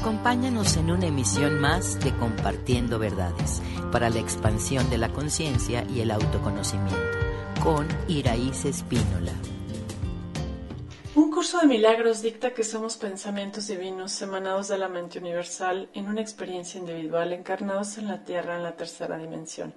Acompáñanos en una emisión más de Compartiendo Verdades para la expansión de la conciencia y el autoconocimiento con Iraíz Espínola. Un curso de milagros dicta que somos pensamientos divinos emanados de la mente universal en una experiencia individual encarnados en la Tierra en la tercera dimensión.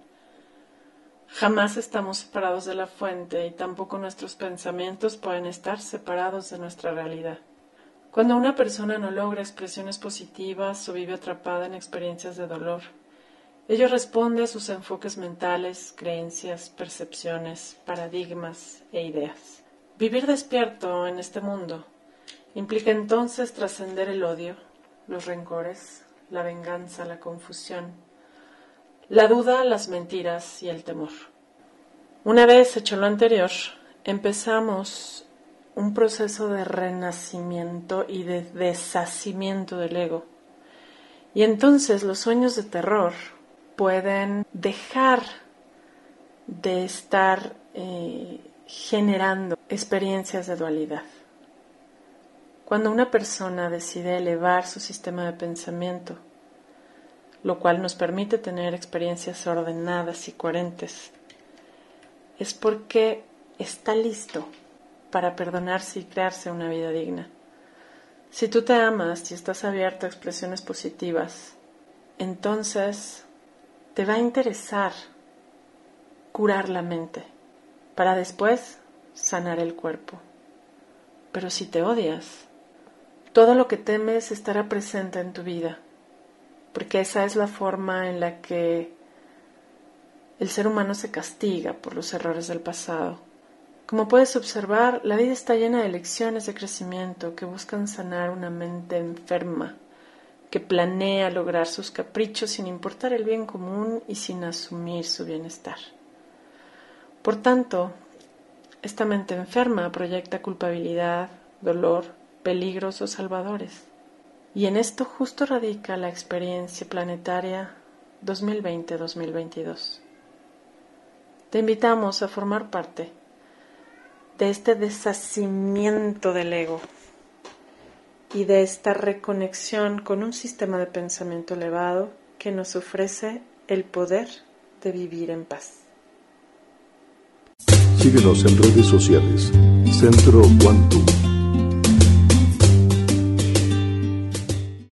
Jamás estamos separados de la fuente y tampoco nuestros pensamientos pueden estar separados de nuestra realidad. Cuando una persona no logra expresiones positivas o vive atrapada en experiencias de dolor, ello responde a sus enfoques mentales, creencias, percepciones, paradigmas e ideas. Vivir despierto en este mundo implica entonces trascender el odio, los rencores, la venganza, la confusión, la duda, las mentiras y el temor. Una vez hecho lo anterior, empezamos un proceso de renacimiento y de deshacimiento del ego. Y entonces los sueños de terror pueden dejar de estar generando experiencias de dualidad. Cuando una persona decide elevar su sistema de pensamiento, lo cual nos permite tener experiencias ordenadas y coherentes, es porque está listo para perdonarse y crearse una vida digna. Si tú te amas y estás abierto a expresiones positivas, entonces te va a interesar curar la mente para después sanar el cuerpo. Pero si te odias, todo lo que temes estará presente en tu vida, porque esa es la forma en la que el ser humano se castiga por los errores del pasado. Como puedes observar, la vida está llena de lecciones de crecimiento que buscan sanar una mente enferma, que planea lograr sus caprichos sin importar el bien común y sin asumir su bienestar. Por tanto, esta mente enferma proyecta culpabilidad, dolor, peligros o salvadores. Y en esto justo radica la experiencia planetaria 2020-2022. Te invitamos a formar parte de este deshacimiento del ego y de esta reconexión con un sistema de pensamiento elevado que nos ofrece el poder de vivir en paz. Síguenos en redes sociales. Centro Quantum.